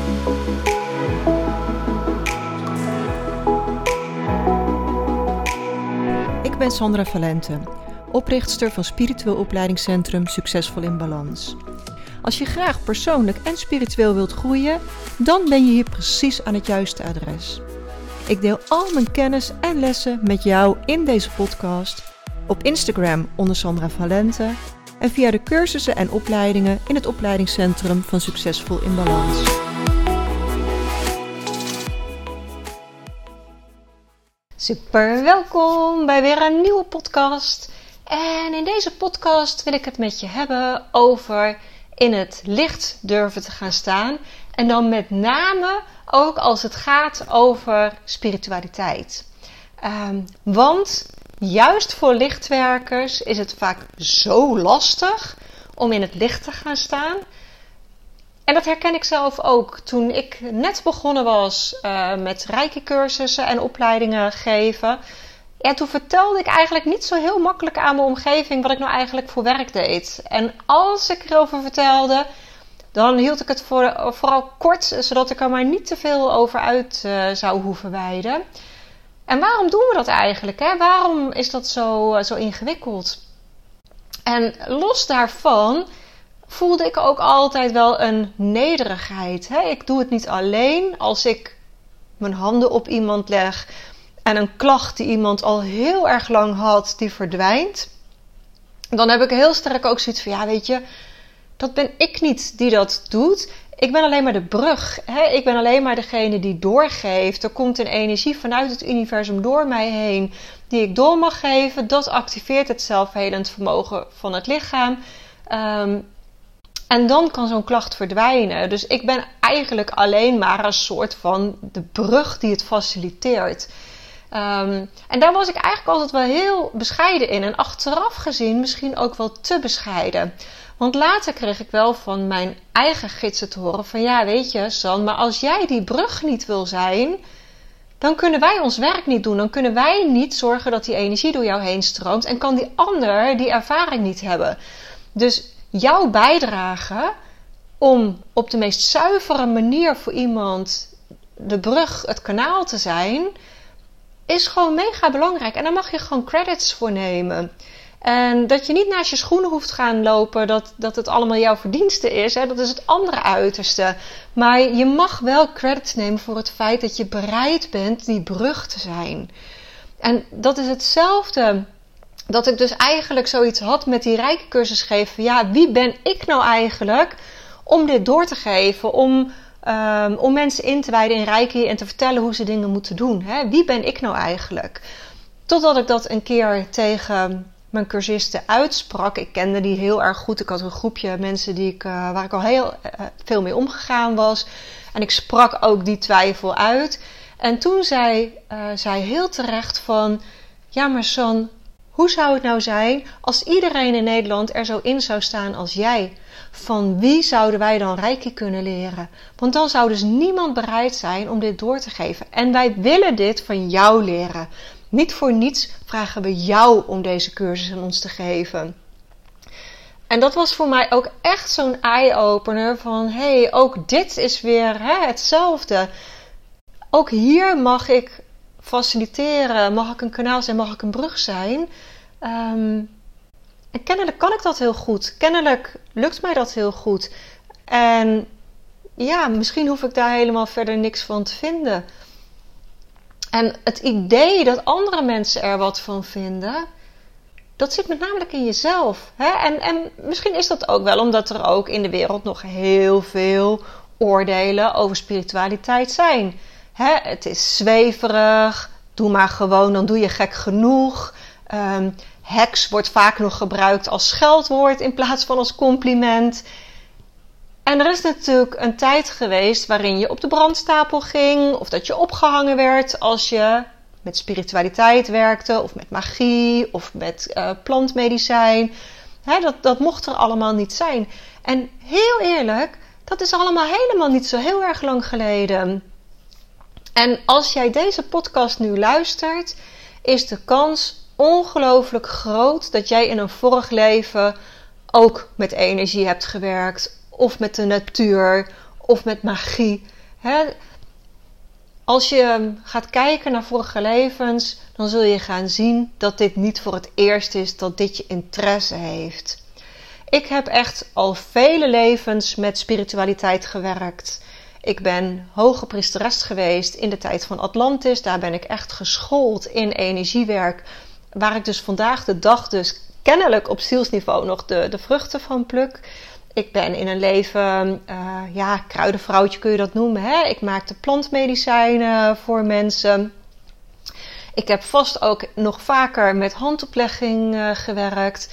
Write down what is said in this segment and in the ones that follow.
Ik ben Sandra Valente, oprichtster van spiritueel opleidingscentrum Succesvol in Balans. Als je graag persoonlijk en spiritueel wilt groeien, dan ben je hier precies aan het juiste adres. Ik deel al mijn kennis en lessen met jou in deze podcast, op Instagram onder Sandra Valente en via de cursussen en opleidingen in het opleidingscentrum van Succesvol in Balans. Super, welkom bij weer een nieuwe podcast. En in deze podcast wil ik het met je hebben over in het licht durven te gaan staan. En dan met name ook als het gaat over spiritualiteit. Want juist voor lichtwerkers is het vaak zo lastig om in het licht te gaan staan. En dat herken ik zelf ook. Toen ik net begonnen was met Reiki-cursussen en opleidingen geven. Ja, toen vertelde ik eigenlijk niet zo heel makkelijk aan mijn omgeving wat ik nou eigenlijk voor werk deed. En als ik erover vertelde, dan hield ik het vooral kort, zodat ik er maar niet te veel over uit zou hoeven wijden. En waarom doen we dat eigenlijk? Hè? Waarom is dat zo ingewikkeld? En los daarvan voelde ik ook altijd wel een nederigheid. Hè? Ik doe het niet alleen. Als ik mijn handen op iemand leg en een klacht die iemand al heel erg lang had, die verdwijnt, dan heb ik heel sterk ook zoiets van, ja weet je, dat ben ik niet die dat doet. Ik ben alleen maar de brug. Hè? Ik ben alleen maar degene die doorgeeft. Er komt een energie vanuit het universum door mij heen die ik door mag geven. Dat activeert het zelfhelend vermogen van het lichaam. En dan kan zo'n klacht verdwijnen. Dus ik ben eigenlijk alleen maar een soort van de brug die het faciliteert. En daar was ik eigenlijk altijd wel heel bescheiden in. En achteraf gezien misschien ook wel te bescheiden. Want later kreeg ik wel van mijn eigen gidsen te horen van, ja weet je San, maar als jij die brug niet wil zijn, dan kunnen wij ons werk niet doen. Dan kunnen wij niet zorgen dat die energie door jou heen stroomt. En kan die ander die ervaring niet hebben. Dus jouw bijdrage om op de meest zuivere manier voor iemand de brug, het kanaal te zijn, is gewoon mega belangrijk. En daar mag je gewoon credits voor nemen. En dat je niet naast je schoenen hoeft gaan lopen, dat het allemaal jouw verdienste is. Hè? Dat is het andere uiterste. Maar je mag wel credits nemen voor het feit dat je bereid bent die brug te zijn. En dat is hetzelfde dat ik dus eigenlijk zoiets had met die Reiki-cursus geven. Ja, wie ben ik nou eigenlijk om dit door te geven? Om mensen in te wijden in Reiki en te vertellen hoe ze dingen moeten doen. Hè? Wie ben ik nou eigenlijk? Totdat ik dat een keer tegen mijn cursisten uitsprak. Ik kende die heel erg goed. Ik had een groepje mensen waar ik al heel veel mee omgegaan was. En ik sprak ook die twijfel uit. En toen zei zij heel terecht van, ja maar San, hoe zou het nou zijn als iedereen in Nederland er zo in zou staan als jij? Van wie zouden wij dan Reiki kunnen leren? Want dan zou dus niemand bereid zijn om dit door te geven. En wij willen dit van jou leren. Niet voor niets vragen we jou om deze cursus aan ons te geven. En dat was voor mij ook echt zo'n eye-opener van, hey, ook dit is weer hetzelfde. Ook hier mag ik faciliteren, mag ik een kanaal zijn, mag ik een brug zijn. En kennelijk kan ik dat heel goed. Kennelijk lukt mij dat heel goed. En ja, misschien hoef ik daar helemaal verder niks van te vinden. En het idee dat andere mensen er wat van vinden, dat zit met name in jezelf. Hè? En misschien is dat ook wel omdat er ook in de wereld nog heel veel oordelen over spiritualiteit zijn. Hè? Het is zweverig, doe maar gewoon, dan doe je gek genoeg. Heks wordt vaak nog gebruikt als scheldwoord in plaats van als compliment. En er is natuurlijk een tijd geweest waarin je op de brandstapel ging, of dat je opgehangen werd als je met spiritualiteit werkte, of met magie, of met plantmedicijn. Dat mocht er allemaal niet zijn. En heel eerlijk, dat is allemaal helemaal niet zo heel erg lang geleden. En als jij deze podcast nu luistert, is de kans ongelooflijk groot dat jij in een vorig leven ook met energie hebt gewerkt, of met de natuur, of met magie. Als je gaat kijken naar vorige levens, dan zul je gaan zien dat dit niet voor het eerst is dat dit je interesse heeft. Ik heb echt al vele levens met spiritualiteit gewerkt. Ik ben hoge priesteres geweest in de tijd van Atlantis. Daar ben ik echt geschoold in energiewerk. Waar ik dus vandaag de dag dus kennelijk op zielsniveau nog de vruchten van pluk. Ik ben in een leven, kruidenvrouwtje kun je dat noemen. Hè? Ik maakte plantmedicijnen voor mensen. Ik heb vast ook nog vaker met handoplegging gewerkt.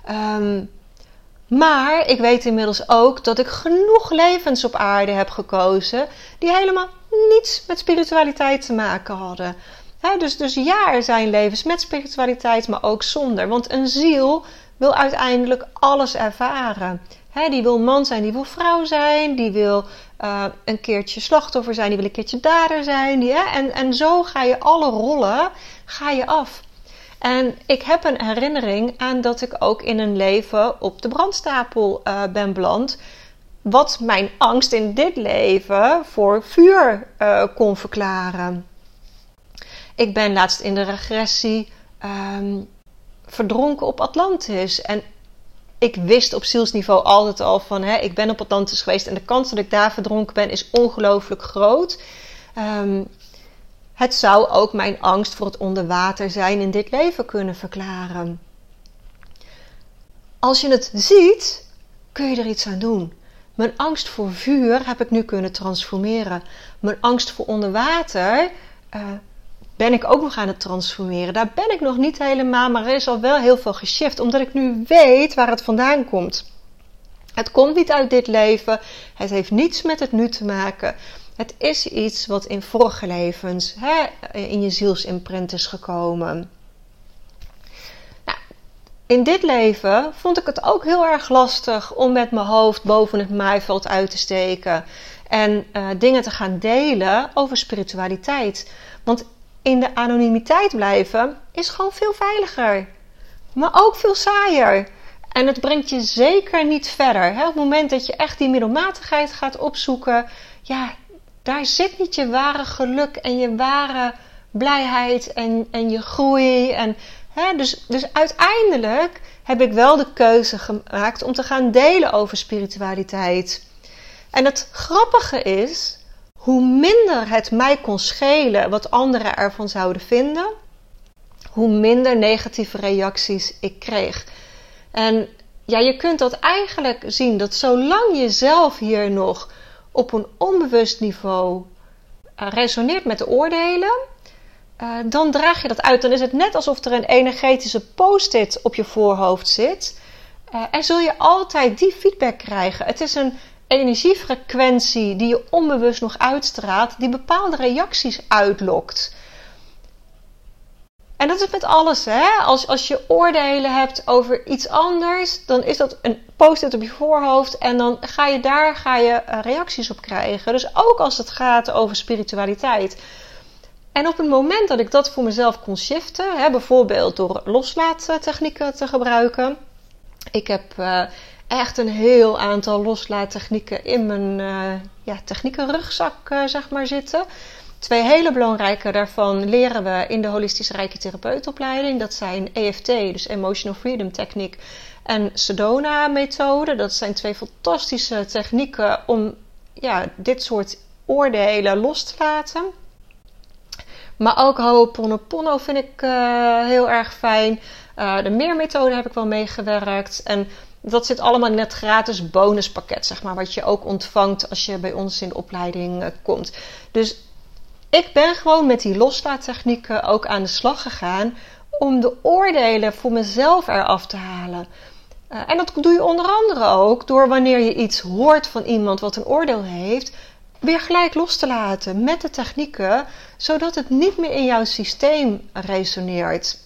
Maar ik weet inmiddels ook dat ik genoeg levens op aarde heb gekozen die helemaal niets met spiritualiteit te maken hadden. Dus ja, er zijn levens met spiritualiteit, maar ook zonder. Want een ziel wil uiteindelijk alles ervaren. Die wil man zijn, die wil vrouw zijn, die wil een keertje slachtoffer zijn, die wil een keertje dader zijn. En zo ga je alle rollen af. En ik heb een herinnering aan dat ik ook in een leven op de brandstapel ben beland. Wat mijn angst in dit leven voor vuur kon verklaren. Ik ben laatst in de regressie verdronken op Atlantis. En ik wist op zielsniveau altijd al van, ik ben op Atlantis geweest en de kans dat ik daar verdronken ben is ongelooflijk groot. Het zou ook mijn angst voor het onderwater zijn in dit leven kunnen verklaren. Als je het ziet, kun je er iets aan doen. Mijn angst voor vuur heb ik nu kunnen transformeren. Mijn angst voor onderwater ben ik ook nog aan het transformeren. Daar ben ik nog niet helemaal, maar er is al wel heel veel geshift. Omdat ik nu weet waar het vandaan komt. Het komt niet uit dit leven. Het heeft niets met het nu te maken. Het is iets wat in vorige levens in je zielsimprint is gekomen. Nou, in dit leven vond ik het ook heel erg lastig om met mijn hoofd boven het maaiveld uit te steken. En dingen te gaan delen over spiritualiteit. Want in de anonimiteit blijven is gewoon veel veiliger. Maar ook veel saaier. En het brengt je zeker niet verder. Op het moment dat je echt die middelmatigheid gaat opzoeken, daar zit niet je ware geluk en je ware blijheid en je groei. Dus uiteindelijk heb ik wel de keuze gemaakt om te gaan delen over spiritualiteit. En het grappige is, hoe minder het mij kon schelen wat anderen ervan zouden vinden, hoe minder negatieve reacties ik kreeg. En je kunt dat eigenlijk zien, dat zolang je zelf hier nog op een onbewust niveau resoneert met de oordelen, dan draag je dat uit. Dan is het net alsof er een energetische post-it op je voorhoofd zit. En zul je altijd die feedback krijgen. Het is een energiefrequentie die je onbewust nog uitstraalt, die bepaalde reacties uitlokt. En dat is met alles, Als je oordelen hebt over iets anders, dan is dat een post-it op je voorhoofd en dan ga je reacties op krijgen. Dus ook als het gaat over spiritualiteit. En op het moment dat ik dat voor mezelf kon shiften, bijvoorbeeld door loslaattechnieken te gebruiken. Ik heb echt een heel aantal loslaattechnieken in mijn techniekenrugzak zitten. 2 hele belangrijke daarvan leren we in de holistische Reiki therapeutopleiding. Dat zijn EFT, dus Emotional Freedom Techniek, en Sedona methode. Dat zijn 2 fantastische technieken om dit soort oordelen los te laten. Maar ook Ho'oponopono vind ik heel erg fijn. De meermethode heb ik wel meegewerkt. En dat zit allemaal in het gratis bonuspakket, wat je ook ontvangt als je bij ons in de opleiding komt. Dus ik ben gewoon met die loslaattechnieken ook aan de slag gegaan om de oordelen voor mezelf eraf te halen. En dat doe je onder andere ook door wanneer je iets hoort van iemand wat een oordeel heeft, weer gelijk los te laten met de technieken, zodat het niet meer in jouw systeem resoneert.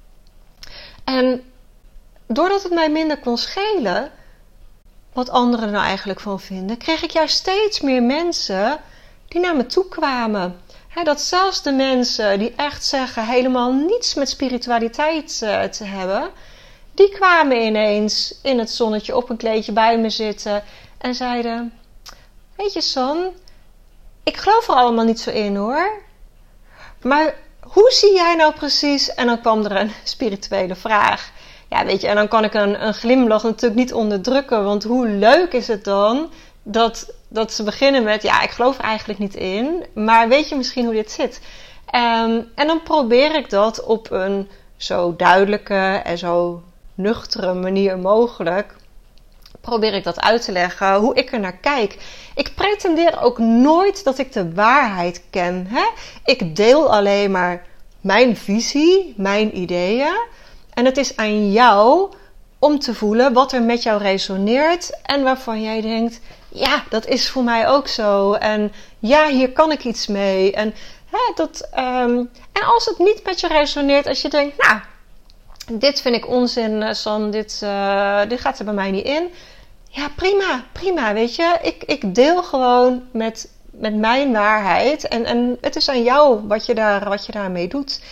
En doordat het mij minder kon schelen wat anderen er nou eigenlijk van vinden, kreeg ik juist steeds meer mensen die naar me toe kwamen. Dat zelfs de mensen die echt zeggen helemaal niets met spiritualiteit te hebben, die kwamen ineens in het zonnetje op een kleedje bij me zitten en zeiden: weet je San, ik geloof er allemaal niet zo in hoor. Maar hoe zie jij nou precies? En dan kwam er een spirituele vraag. Ja, weet je, en dan kan ik een glimlach natuurlijk niet onderdrukken. Want hoe leuk is het dan dat ze beginnen met... Ja, ik geloof er eigenlijk niet in. Maar weet je misschien hoe dit zit? En dan probeer ik dat op een zo duidelijke en zo nuchtere manier mogelijk... probeer ik dat uit te leggen, hoe ik er naar kijk. Ik pretendeer ook nooit dat ik de waarheid ken. Hè? Ik deel alleen maar mijn visie, mijn ideeën. En het is aan jou om te voelen wat er met jou resoneert. En waarvan jij denkt, ja, dat is voor mij ook zo. En ja, hier kan ik iets mee. En als het niet met je resoneert, als je denkt, nou, dit vind ik onzin, San, dit gaat er bij mij niet in. Ja, prima, weet je. Ik deel gewoon met mijn waarheid. En het is aan jou wat je daarmee doet.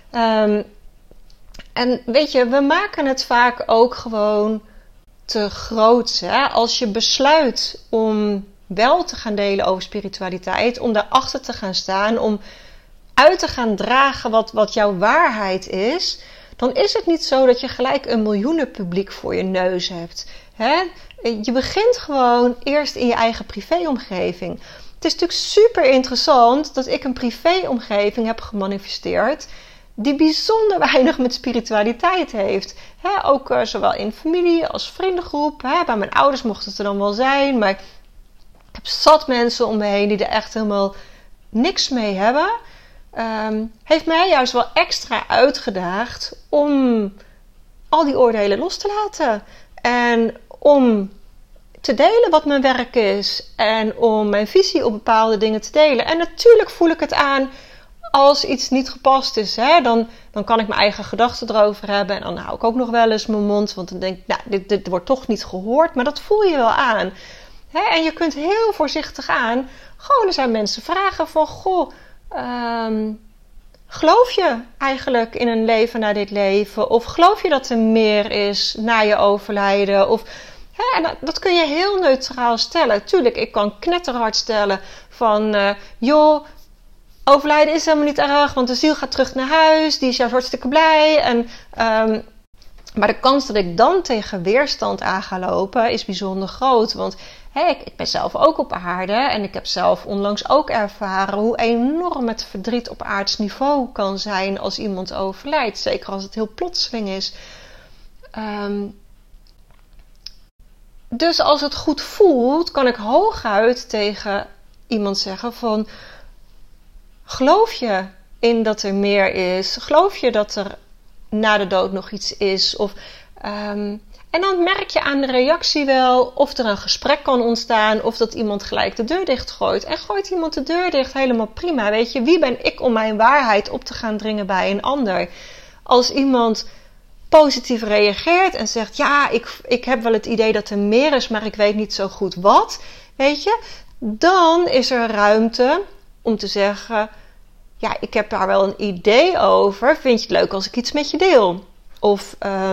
En weet je, we maken het vaak ook gewoon te groot. Hè? Als je besluit om wel te gaan delen over spiritualiteit, om daarachter te gaan staan, om uit te gaan dragen wat jouw waarheid is, dan is het niet zo dat je gelijk een miljoenenpubliek voor je neus hebt. Hè? Je begint gewoon eerst in je eigen privéomgeving. Het is natuurlijk super interessant dat ik een privéomgeving heb gemanifesteerd die bijzonder weinig met spiritualiteit heeft. Ook zowel in familie als vriendengroep. Bij mijn ouders mocht het er dan wel zijn, maar ik heb zat mensen om me heen die er echt helemaal niks mee hebben. Heeft mij juist wel extra uitgedaagd om al die oordelen los te laten. En om te delen wat mijn werk is. En om mijn visie op bepaalde dingen te delen. En natuurlijk voel ik het aan als iets niet gepast is. Hè? Dan kan ik mijn eigen gedachten erover hebben. En dan hou ik ook nog wel eens mijn mond. Want dan denk ik, nou, dit wordt toch niet gehoord. Maar dat voel je wel aan. Hè? En je kunt heel voorzichtig aan. Gewoon, er zijn mensen vragen van, goh, geloof je eigenlijk in een leven na dit leven? Of geloof je dat er meer is na je overlijden? Of, en dat kun je heel neutraal stellen. Tuurlijk, ik kan knetterhard stellen van, joh, overlijden is helemaal niet erg, want de ziel gaat terug naar huis, die is juist hartstikke blij. Maar de kans dat ik dan tegen weerstand aan ga lopen is bijzonder groot. Want ik ben zelf ook op aarde en ik heb zelf onlangs ook ervaren hoe enorm het verdriet op aards niveau kan zijn als iemand overlijdt. Zeker als het heel plotseling is. Dus als het goed voelt, kan ik hooguit tegen iemand zeggen van, geloof je in dat er meer is? Geloof je dat er na de dood nog iets is? En dan merk je aan de reactie wel of er een gesprek kan ontstaan of dat iemand gelijk de deur dichtgooit. En gooit iemand de deur dicht, helemaal prima. Weet je, wie ben ik om mijn waarheid op te gaan dringen bij een ander? Als iemand positief reageert en zegt, ja, ik heb wel het idee dat er meer is, maar ik weet niet zo goed wat. Weet je, dan is er ruimte om te zeggen, ja, ik heb daar wel een idee over. Vind je het leuk als ik iets met je deel? Of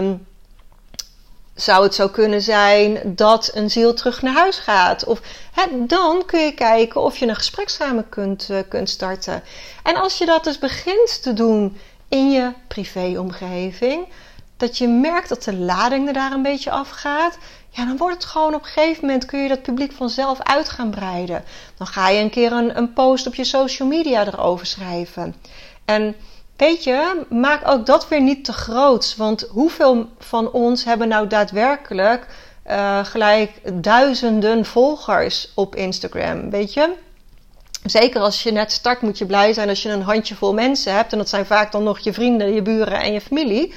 zou het zo kunnen zijn dat een ziel terug naar huis gaat? Of dan kun je kijken of je een gespreksramen kunt starten. En als je dat dus begint te doen in je privéomgeving, dat je merkt dat de lading er daar een beetje afgaat, ja, dan wordt het gewoon op een gegeven moment, kun je dat publiek vanzelf uit gaan breiden. Dan ga je een keer een post op je social media erover schrijven. En weet je, maak ook dat weer niet te groots. Want hoeveel van ons hebben nou daadwerkelijk gelijk duizenden volgers op Instagram, weet je? Zeker als je net start moet je blij zijn als je een handjevol mensen hebt. En dat zijn vaak dan nog je vrienden, je buren en je familie.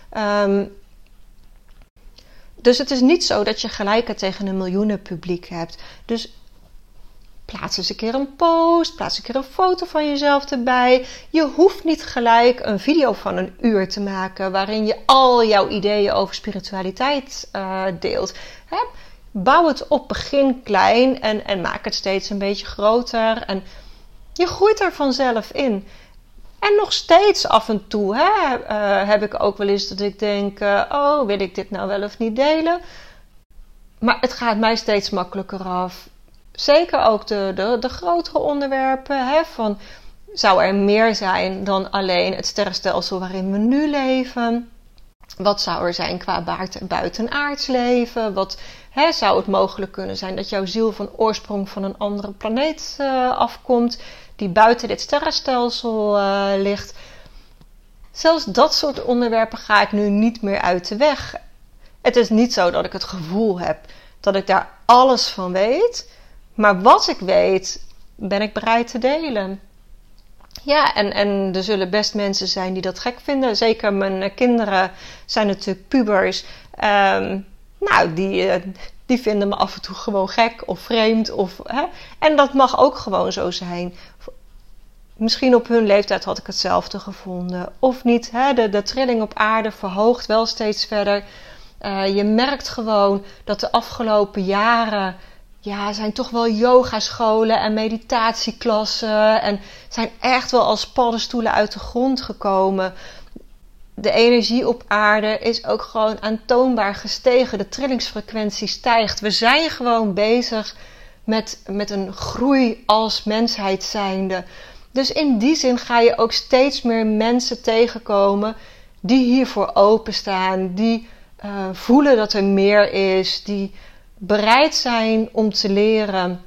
Dus het is niet zo dat je gelijk het tegen een miljoenenpubliek hebt. Dus plaats eens een keer een post, plaats een keer een foto van jezelf erbij. Je hoeft niet gelijk een video van 1 uur te maken waarin je al jouw ideeën over spiritualiteit deelt. Bouw het op, begin klein en maak het steeds een beetje groter. En je groeit er vanzelf in. En nog steeds af en toe heb ik ook wel eens dat ik denk, wil ik dit nou wel of niet delen? Maar het gaat mij steeds makkelijker af. zeker ook de grotere onderwerpen. Van, zou er meer zijn dan alleen het sterrenstelsel waarin we nu leven? Wat zou er zijn qua buitenaards leven? Wat zou het mogelijk kunnen zijn dat jouw ziel van oorsprong van een andere planeet afkomt, die buiten dit sterrenstelsel ligt? Zelfs dat soort onderwerpen ga ik nu niet meer uit de weg. Het is niet zo dat ik het gevoel heb dat ik daar alles van weet. Maar wat ik weet, ben ik bereid te delen. Ja, en er zullen best mensen zijn die dat gek vinden. Zeker mijn kinderen zijn natuurlijk pubers. Die vinden me af en toe gewoon gek of vreemd. En dat mag ook gewoon zo zijn. Misschien op hun leeftijd had ik hetzelfde gevonden. Of niet. De trilling op aarde verhoogt wel steeds verder. Je merkt gewoon dat de afgelopen jaren zijn toch wel yogascholen en meditatieklassen. En zijn echt wel als paddenstoelen uit de grond gekomen. De energie op aarde is ook gewoon aantoonbaar gestegen. De trillingsfrequentie stijgt. We zijn gewoon bezig met een groei als mensheid zijnde. Dus in die zin ga je ook steeds meer mensen tegenkomen die hiervoor openstaan. Die voelen dat er meer is. Die bereid zijn om te leren.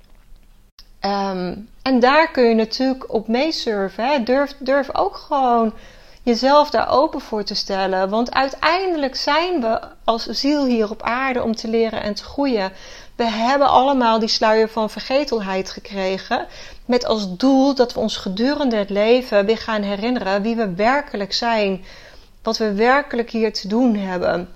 En daar kun je natuurlijk op meesurfen. Durf ook gewoon jezelf daar open voor te stellen. Want uiteindelijk zijn we als ziel hier op aarde om te leren en te groeien. We hebben allemaal die sluier van vergetelheid gekregen. Met als doel dat we ons gedurende het leven weer gaan herinneren wie we werkelijk zijn. Wat we werkelijk hier te doen hebben.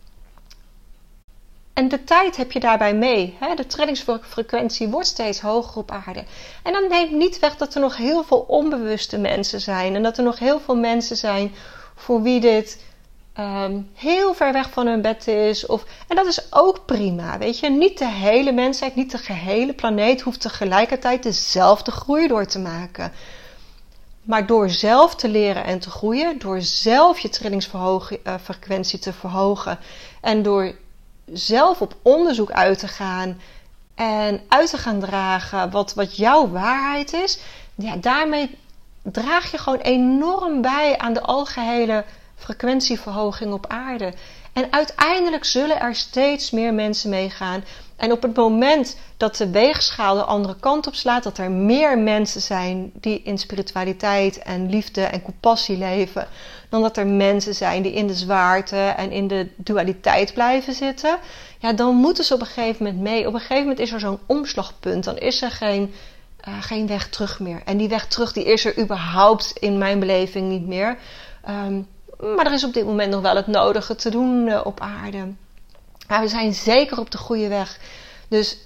En de tijd heb je daarbij mee. De trillingsfrequentie wordt steeds hoger op aarde. En dan neemt niet weg dat er nog heel veel onbewuste mensen zijn. En dat er nog heel veel mensen zijn voor wie dit heel ver weg van hun bed is. En dat is ook prima. Weet je, niet de hele mensheid, niet de gehele planeet hoeft tegelijkertijd dezelfde groei door te maken. Maar door zelf te leren en te groeien, door zelf je trillingsfrequentie te verhogen en door zelf op onderzoek uit te gaan en uit te gaan dragen wat jouw waarheid is, daarmee draag je gewoon enorm bij aan de algehele frequentieverhoging op aarde. En uiteindelijk zullen er steeds meer mensen meegaan. En op het moment dat de weegschaal de andere kant op slaat, dat er meer mensen zijn die in spiritualiteit en liefde en compassie leven, dan dat er mensen zijn die in de zwaarte en in de dualiteit blijven zitten, dan moeten ze op een gegeven moment mee. Op een gegeven moment is er zo'n omslagpunt. Dan is er geen weg terug meer. En die weg terug die is er überhaupt in mijn beleving niet meer. Maar er is op dit moment nog wel het nodige te doen op aarde. Maar we zijn zeker op de goede weg. Dus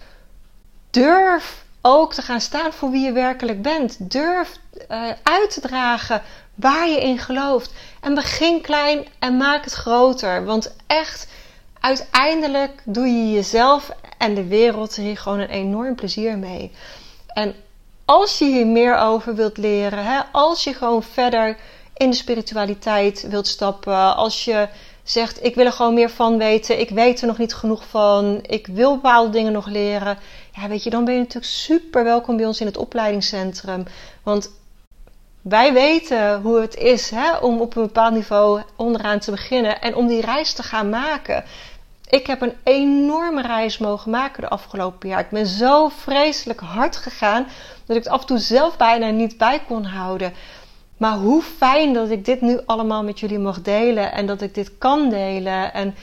durf ook te gaan staan voor wie je werkelijk bent. Durf uit te dragen waar je in gelooft. En begin klein en maak het groter. Want echt, uiteindelijk doe je jezelf en de wereld hier gewoon een enorm plezier mee. En als je hier meer over wilt leren, als je gewoon verder in de spiritualiteit wilt stappen, als je zegt, ik wil er gewoon meer van weten, ik weet er nog niet genoeg van, ik wil bepaalde dingen nog leren, dan ben je natuurlijk super welkom bij ons in het opleidingscentrum. Want wij weten hoe het is om op een bepaald niveau onderaan te beginnen en om die reis te gaan maken. Ik heb een enorme reis mogen maken de afgelopen jaar. Ik ben zo vreselijk hard gegaan dat ik het af en toe zelf bijna niet bij kon houden. Maar hoe fijn dat ik dit nu allemaal met jullie mag delen en dat ik dit kan delen. En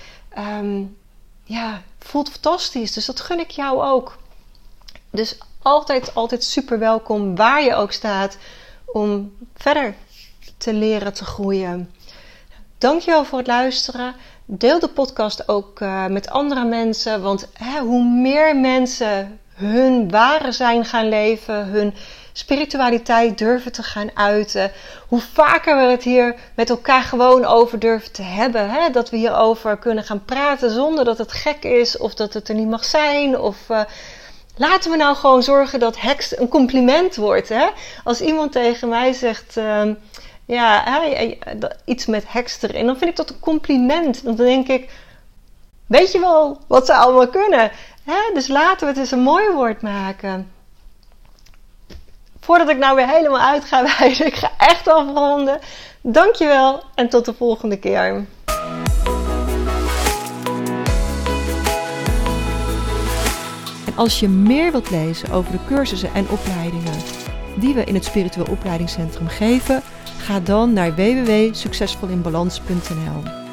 het voelt fantastisch. Dus dat gun ik jou ook. Dus altijd super welkom waar je ook staat om verder te leren te groeien. Dankjewel voor het luisteren. Deel de podcast ook met andere mensen. Want hoe meer mensen hun ware zijn gaan leven, hun spiritualiteit durven te gaan uiten, hoe vaker we het hier met elkaar gewoon over durven te hebben. Dat we hierover kunnen gaan praten zonder dat het gek is of dat het er niet mag zijn. Of laten we nou gewoon zorgen dat heks een compliment wordt. Als iemand tegen mij zegt iets met heks erin, dan vind ik dat een compliment. Dan denk ik, weet je wel wat ze allemaal kunnen? Dus laten we het eens een mooi woord maken. Voordat ik nou weer helemaal uit ga wijzen, ik ga echt afronden. Dankjewel en tot de volgende keer. En als je meer wilt lezen over de cursussen en opleidingen die we in het Spiritueel Opleidingscentrum geven, ga dan naar www.succesvolinbalans.nl.